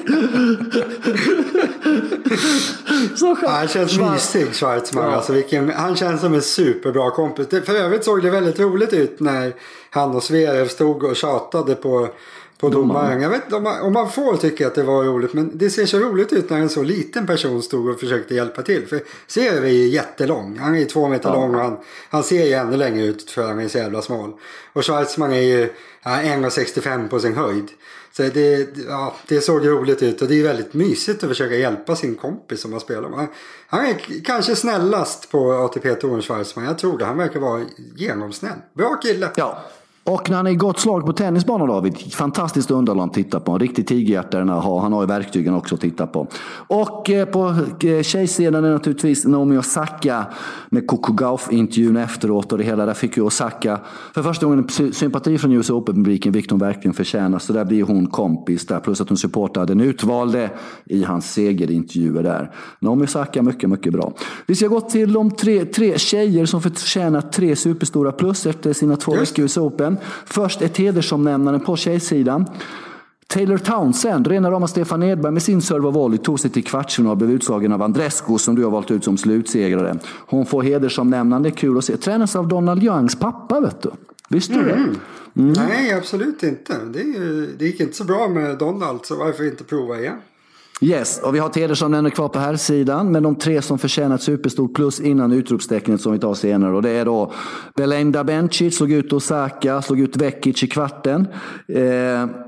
Så ja, han känns mysig, Schwartzman. Ja. Alltså, vilken, han känns som en superbra kompis. För övrigt såg det väldigt roligt ut när han och Zverev stod och tjatade på På domaren. Jag vet inte om man, om man får tycka att det var roligt. Men det ser så roligt ut när en så liten person stod och försökte hjälpa till. För Zverev är ju jättelång. Han är ju två meter ja. lång och han, han ser ju ännu längre ut för han är så jävla smal. Och Schwartzman är ju ja, en komma sextiofem på sin höjd. Så det, ja, det såg roligt ut. Och det är väldigt mysigt att försöka hjälpa sin kompis som man spelar med. Han, han är kanske snällast på A T P-touren, Schwartzman. Jag tror det. Han verkar vara genomsnäll. Bra kille. Ja. Och när han är gott slag på tennisbanan, David, fantastiskt underlag att titta på. En riktig tigerhjärta den här har. Han har ju verktygen också att titta på. Och eh, på eh, tjejsidan är naturligtvis Naomi Osaka med Coco Gauff-intervjun efteråt och det hela. Där fick ju Osaka för första gången en sympati från U S Open-publiken, vilket hon verkligen förtjänar. Så där blir hon kompis där. Plus att hon supportar den utvalde i hans segerintervjuer där. Naomi Osaka mycket, mycket bra. Vi ska gå till de tre, tre tjejer som förtjänar tre superstora plus efter sina två veckor U S Open. Först ett hedersomnämnande på tjejsidan. Taylor Townsend, rena rama Stefan Edberg med sin serve och volley tog sig till kvartsfinal och blev utslagen av Andrescu som du har valt ut som slutsegrare. Hon får hedersomnämnande, kul att se. Tränas av Donald Youngs pappa, vet du. Visste du det? Mm. Mm. Nej, absolut inte. Det, det gick inte så bra med Donald, så varför inte prova igen? Yes, och vi har hedersomnämnande kvar på här sidan, men de tre som förtjänar ett superstort plus innan utropstecknet som vi tar senare. Och det är då Belinda Bencic, slog ut Osaka, slog ut Vekic i kvarten. Eh,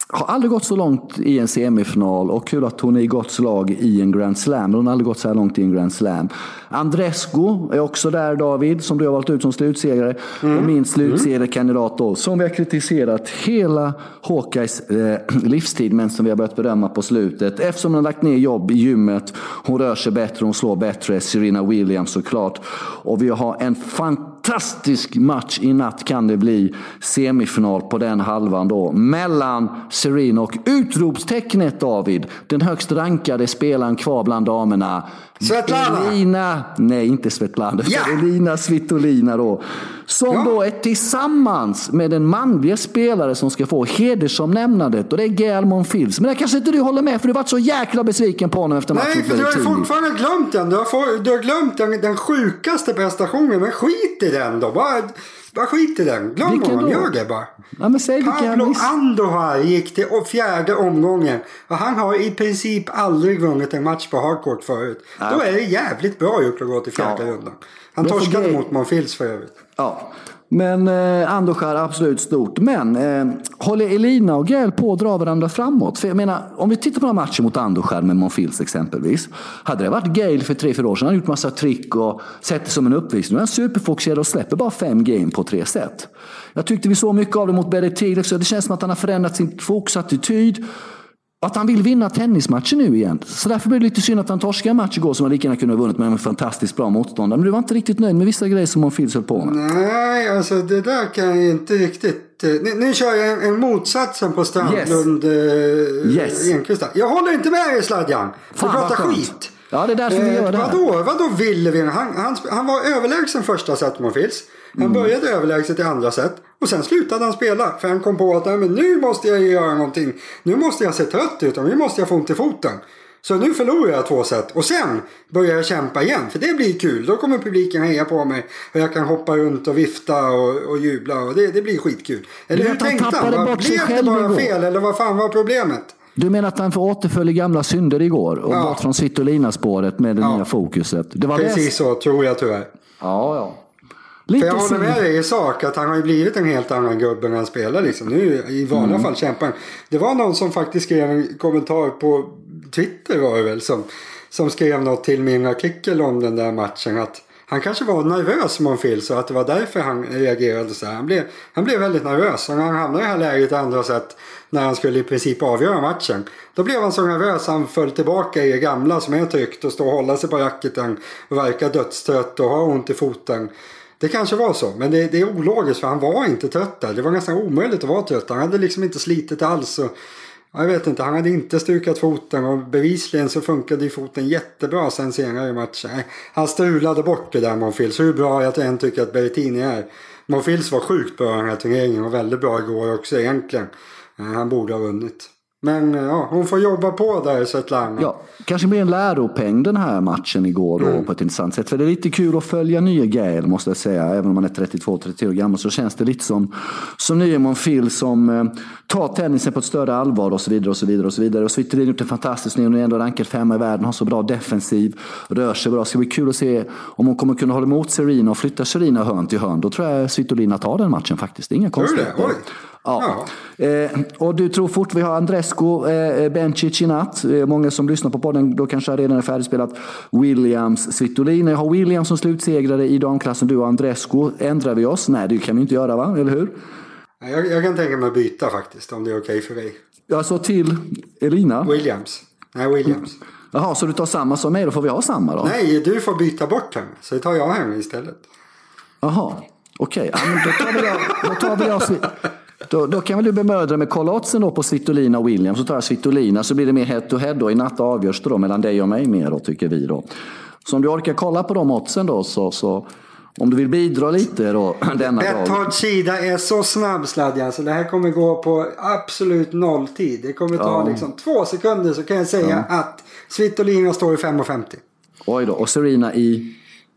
har aldrig gått så långt i en semifinal och kul att hon är i gott slag i en Grand Slam. Men hon har aldrig gått så här långt i en Grand Slam. Andrescu är också där, David, som du har valt ut som slutsegrare. Mm. Och min slutsegerkandidat då, som vi har kritiserat hela Hawkeyes eh, livstid, men som vi har börjat bedöma på slutet. Eftersom hon har lagt ner jobb i gymmet, hon rör sig bättre, hon slår bättre. Serena Williams såklart. Och vi har en fantastisk match i natt, kan det bli semifinal på den halvan då. Mellan Serena och utropstecknet, David, den högst rankade spelaren kvar bland damerna, Svetlana. Elina, nej inte Svetlana, ja. Elina Svitolina då. Som ja. då är tillsammans med en manlig spelare som ska få hedersomnämnandet, och det är Gael Monfils. Men det kanske inte du håller med, för du har varit så jäkla besviken på honom efter matchen. Nej, för du har fortfarande glömt den. Du har, for, du har glömt den, den sjukaste prestationen, men skit i den då. Bara, bara skit i den. Glöm vilken honom, då? gör det bara. Ja, men säg Pablo Andujar gick till fjärde omgången. Och han har i princip aldrig vunnit en match på hardcourt förut. Ja. Då är det jävligt bra gjort att gå till fjärde ja. rundan. Han torskade ge... mot Monfils för övrigt. Ja. Men eh, Andujar är absolut stort. Men eh, håller Elina och Gael på att dra varandra framåt? För jag menar, om vi tittar på några matcher mot Andujar med Monfils exempelvis. Hade det varit Gael för tre, fyra år sedan, han har gjort massa trick och sett det som en uppvisning. Nu är han superfokuserad och släpper bara fem game på tre set. Jag tyckte vi såg mycket av det mot Berrettini. Det känns som att han har förändrat sin fokusattityd. Att han vill vinna tennismatchen nu igen. Så därför blir det lite synd att han torskade en match igår som han lika gärna kunde ha vunnit med en fantastiskt bra motståndare. Men du var inte riktigt nöjd med vissa grejer som Monfils höll på med. Nej, alltså det där kan jag inte riktigt... Nu, nu kör jag en, en motsatsen på Strandlund yes. eh, yes. Enqvist. Jag håller inte med dig, Sladjan. Du pratar skit. Ja, det är därför eh, vi gör det här. Vadå? Vadå ville vi? Han, han, han var överlägsen första set, Monfils. Han mm. började överlägset i andra set. Och sen slutade han spela. För han kom på att men nu måste jag göra någonting. Nu måste jag se trött ut. Och nu måste jag få ont i foten. Så nu förlorar jag två set. Och sen börjar jag kämpa igen. För det blir kul. Då kommer publiken heja på mig. Och jag kan hoppa runt och vifta och, och jubla. Och det, det blir skitkul. Eller hur tänkte han? Blev det bara fel? Eller vad fan var problemet? Du menar att han får återfölja gamla synder igår. Och ja. bort från Svitolina-spåret med det ja. nya fokuset. Det var precis det. så, tror jag tyvärr. Ja, ja. Lite för jag håller med dig i sak att han har ju blivit en helt annan gubbe när han spelar liksom. Nu i vanliga mm. fall kämpar. Det var någon som faktiskt skrev en kommentar på Twitter var det väl som, som skrev något till min artikel om den där matchen att han kanske var nervös Monfils så att det var därför han reagerade så här. Han blev, han blev väldigt nervös och när han hamnade i det här läget andra sätt när han skulle i princip avgöra matchen. Då blev han så nervös han föll tillbaka i det gamla som är tryggt och stå och hålla sig på racketen och verka dödstrött och ha ont i foten. Det kanske var så, men det, det är ologiskt för han var inte trött där. Det var nästan omöjligt att vara trött. Han hade liksom inte slitit alls. Och, jag vet inte, han hade inte stukat foten och bevisligen så funkade ju foten jättebra sen senare i matchen. Han strulade bort det där Monfils. Hur bra jag än tycker att Berrettini är. Monfils var sjukt bra i den här turneringen och väldigt bra igår också egentligen. Han borde ha vunnit. Men ja, hon får jobba på där så ett larm. Ja, kanske blir en läropeng den här matchen igår då, mm. på ett intressant sätt. För det är lite kul att följa nya Gael måste jag säga. Även om man är trettiotvå trettiotre år gammal så känns det lite som, som nya Monfils som eh, tar tennisen på ett större allvar och så vidare och så vidare och så vidare. Och Svitolin gjort det fantastiskt nu. Hon är ändå rankad femma i världen, har så bra defensiv, rör sig bra. Det ska bli kul att se om hon kommer kunna hålla emot Serena och flytta Serena hörn till hörn. Då tror jag Svitolina tar den matchen faktiskt. Det är inga konstigheter. Ja. ja. Eh, och du tror fort vi har Andrescu, eh, Bencic i natt. Eh, många som lyssnar på podden då kanske redan är färdigspelat. Williams, Svitolina. Jag har Williams som slutsegrare i damklassen. Du och Andrescu. Ändrar vi oss? Nej, det kan vi inte göra, va? Eller hur? Jag, jag kan tänka mig att byta faktiskt om det är okej för dig. Ja, så till Elina? Williams. Nej, Williams. Jaha, så du tar samma som mig? Då får vi ha samma då? Nej, du får byta bort henne. Så tar jag henne istället. Jaha, okej. Okay. Ja, men då tar vi jag... Då tar vi jag Då, då kan väl du bemödra med kollotsen då på Svitolina och Williams. Så tar jag Svitolina så blir det mer head to head då. I natt avgörs det då mellan dig och mig mer då, tycker vi då. Så om du orkar kolla på de oddsen då så, så om du vill bidra lite då denna dag. Betthard sida är så snabb Sladjan så det här kommer gå på absolut nolltid. Det kommer ta ja. liksom två sekunder så kan jag säga ja. att Svitolina står i fem femtio. Oj då, och Serena i...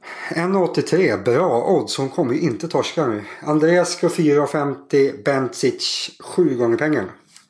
en åttiotre, bra odds. Hon kommer ju inte torska nu. Andrescu fyra femtio, Bencic sju gånger pengarna.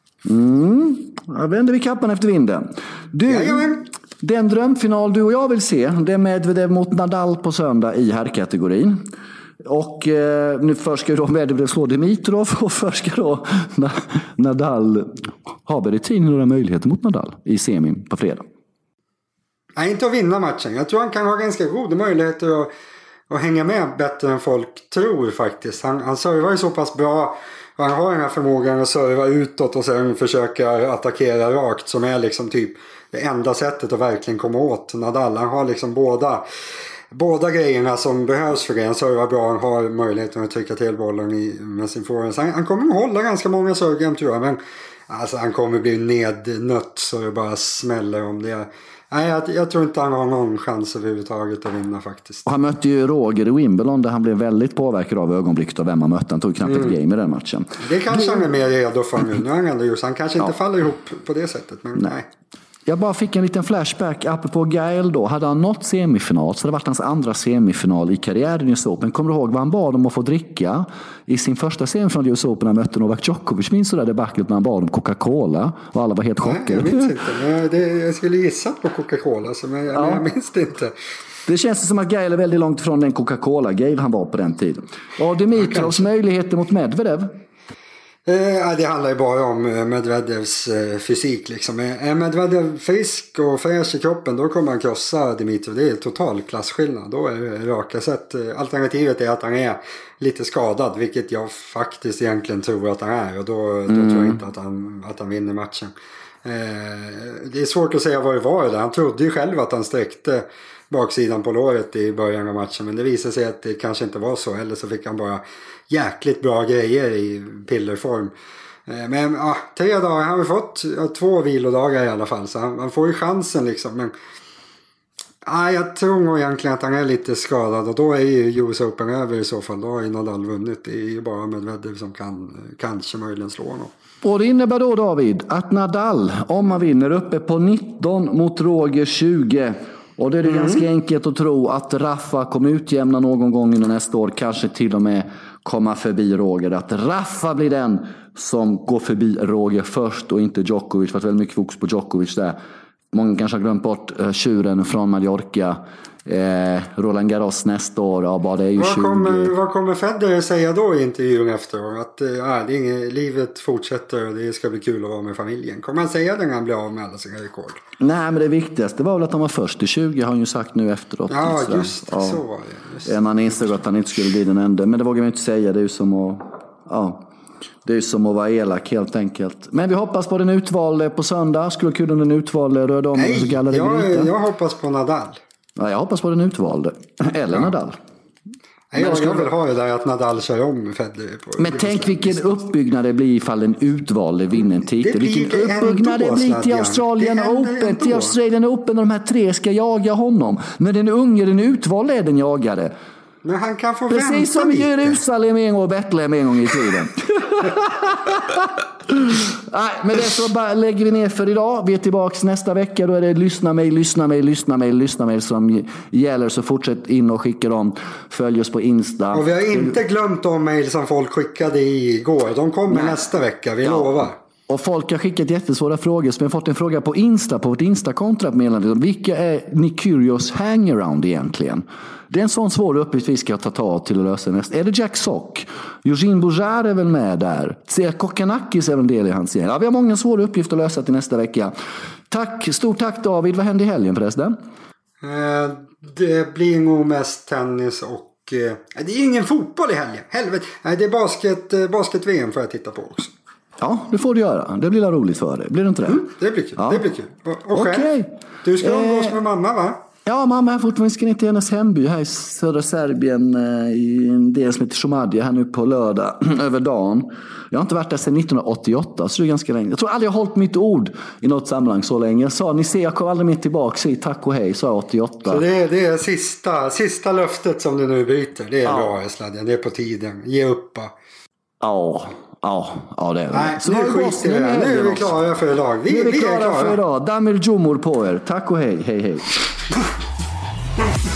Mm, jag vänder vi kappan efter vinden. Du, Jajamän. Den drömfinal du och jag vill se, det är Medvedev mot Nadal på söndag i herrkategorin. Och eh, nu först ska då Medvedev slå Dimitrov och först ska då Nadal ha Berrettini några möjligheter mot Nadal i semin på fredag. Nej, inte att vinna matchen. Jag tror han kan ha ganska goda möjligheter att, att hänga med bättre än folk tror faktiskt. Han, han servar ju så pass bra. Han har den här förmågan att serva utåt och sen försöka attackera rakt, som är liksom typ det enda sättet att verkligen komma åt Nadal. Han har liksom båda, båda grejerna som behövs för det. Han servar bra, han har möjligheten att trycka till bollen i, med sin forehand. Han, han kommer att hålla ganska många servegame tror jag, men alltså, han kommer bli nednött så det bara smäller om det. Nej, jag, jag tror inte han har någon chans överhuvudtaget att vinna faktiskt. Och han mötte ju Roger i Wimbledon där han blev väldigt påverkad av ögonblicket av vem han mötte. Han tog knappt mm. ett game i den matchen. Det kanske det... han är mer redo för nu. Nu har han ändå just, han kanske inte ja. faller ihop på det sättet, men nej. nej. Jag bara fick en liten flashback apropå Gael då. Hade han nått semifinal så det varit hans andra semifinal i karriären i U S Open. Kommer du ihåg vad han bad om att få dricka i sin första semifinal i U S Open? Han mötte Novak Djokovic. Minns du det där debaclet när han bad om Coca-Cola? Och alla var helt chockade. Nej, jag minns inte. Men det, jag skulle gissa på Coca-Cola, så men, ja. men jag minns det inte. Det känns som att Gael är väldigt långt från den Coca-Cola-Gael han var på den tiden. Och Dimitrovs möjligheter mot Medvedev? Eh, det handlar ju bara om Medvedevs eh, fysik liksom. Är Medvedev frisk och fräsch i kroppen, då kommer han krossa Dimitrov. Det är total klasskillnad. Då är det raka sätt. Alternativet är att han är lite skadad, vilket jag faktiskt egentligen tror att han är. Och då, mm. då tror jag inte att han, att han vinner matchen. Eh, det är svårt att säga vad det var där. Han trodde ju själv att han sträckte baksidan på låret i början av matchen, men det visade sig att det kanske inte var så, eller så fick han bara jäkligt bra grejer i pillerform. Men ja, tre dagar, han har fått ja, två vilodagar i alla fall, så han, han får ju chansen liksom, men ja, jag tror nog egentligen att han är lite skadad, och då är ju U S Open över i så fall. Då har ju Nadal vunnit. Det är ju bara Medvedev som kan kanske möjligen slå honom. Och det innebär då, David, att Nadal, om man vinner, uppe på nitton mot Roger tjugo. Och det är det mm. ganska enkelt att tro att Rafa kommer utjämna någon gång under nästa år. Kanske till och med komma förbi Roger. Att Rafa blir den som går förbi Roger först och inte Djokovic. För att väldigt mycket fokus på Djokovic där. Många kanske har glömt bort uh, tjuren från Mallorca. Eh, Roland Garros nästa år. Ja, bara det är ju vad, tjugo. kommer, vad kommer Federer säga då i intervjun efter? Att uh, det är inget, livet fortsätter och det ska bli kul att vara med familjen. Kommer han säga det när han blir av med alla sina rekord? Nej, men det viktigaste var väl att han var först i tjugo, har han ju sagt nu efteråt. Ja, just det, ja. Så var det. Just det. Man insåg att han inte skulle bli den enda. Men det vågar man inte säga. Det är ju som att... Ja. Det är som att vara elak helt enkelt. Men vi hoppas på den utvalde på söndag. Skulle kul om den utvalde röd om. Nej, jag, jag hoppas på Nadal. Ja, jag hoppas på den utvalde. Eller ja. Nadal. Nej, jag, jag vill ha det där att Nadal kör om Federer. Men tänk vilken uppbyggnad det blir ifall den utvalde vinner en titel. Vilken uppbyggnad det blir till Australian Open. Till Australian Open, och de här tre ska jaga honom. Men den unge, den utvalde är den jagade. Men han kan få precis vänta som lite. Jerusalem en gång och Betlehem en gång i tiden. Nej, men det så bara lägger vi ner för idag. Vi är tillbaka nästa vecka. Då är det lyssna mig, lyssna mig, lyssna mig, lyssna mig som gäller. Så fortsätt in och skicka dem. Följ oss på Insta. Och vi har inte glömt de mejl som folk skickade igår. De kommer Nej. nästa vecka, vi ja. lovar. Och folk har skickat jättesvåra frågor. Så vi har fått en fråga på Insta, på vårt Insta-konto. Vilka är ni curious hangaround egentligen? Det är en sån svår uppgift vi ska ta tag till att lösa nästa. Är det Jack Sock? Eugene Bouchard är väl med där? Tsia Kokkanakis är väl en del i hans gäng. Ja, vi har många svåra uppgifter att lösa till nästa vecka. Tack, stort tack David. Vad händer i helgen förresten? Eh, det blir nog mest tennis och... Eh, det är ingen fotboll i helgen. Helvete. Nej, det är basket, eh, basket-V M får jag titta på också. Ja, det får du göra. Det blir roligt för dig. Blir det inte det? Mm, det blir kul. Ja. Det blir kul. Och, och själv, okay. Du ska umgås eh, med mamma, va? Ja, mamma är fortfarande ska ner till hennes hemby här i södra Serbien i en del som heter Šumadija här nu på lördag över dagen. Jag har inte varit där sedan nittonhundraåttioåtta, så det är ganska länge. Jag tror aldrig jag har hållit mitt ord i något sammanhang så länge. Jag sa, ni ser, jag kommer aldrig mer tillbaka, säg tack och hej, sa jag åttioåtta. Så det är, det är sista, sista löftet som du nu byter. Det är ja. bra, Sladden. Det är på tiden. Ge upp. Ja. Ja, ja det är det. Nej, så nu skiter vi det. Nu är vi klara för idag. Vi, nu är vi, vi klara, är klara för idag. Damir Djumur på er. Tack och hej, hej, hej.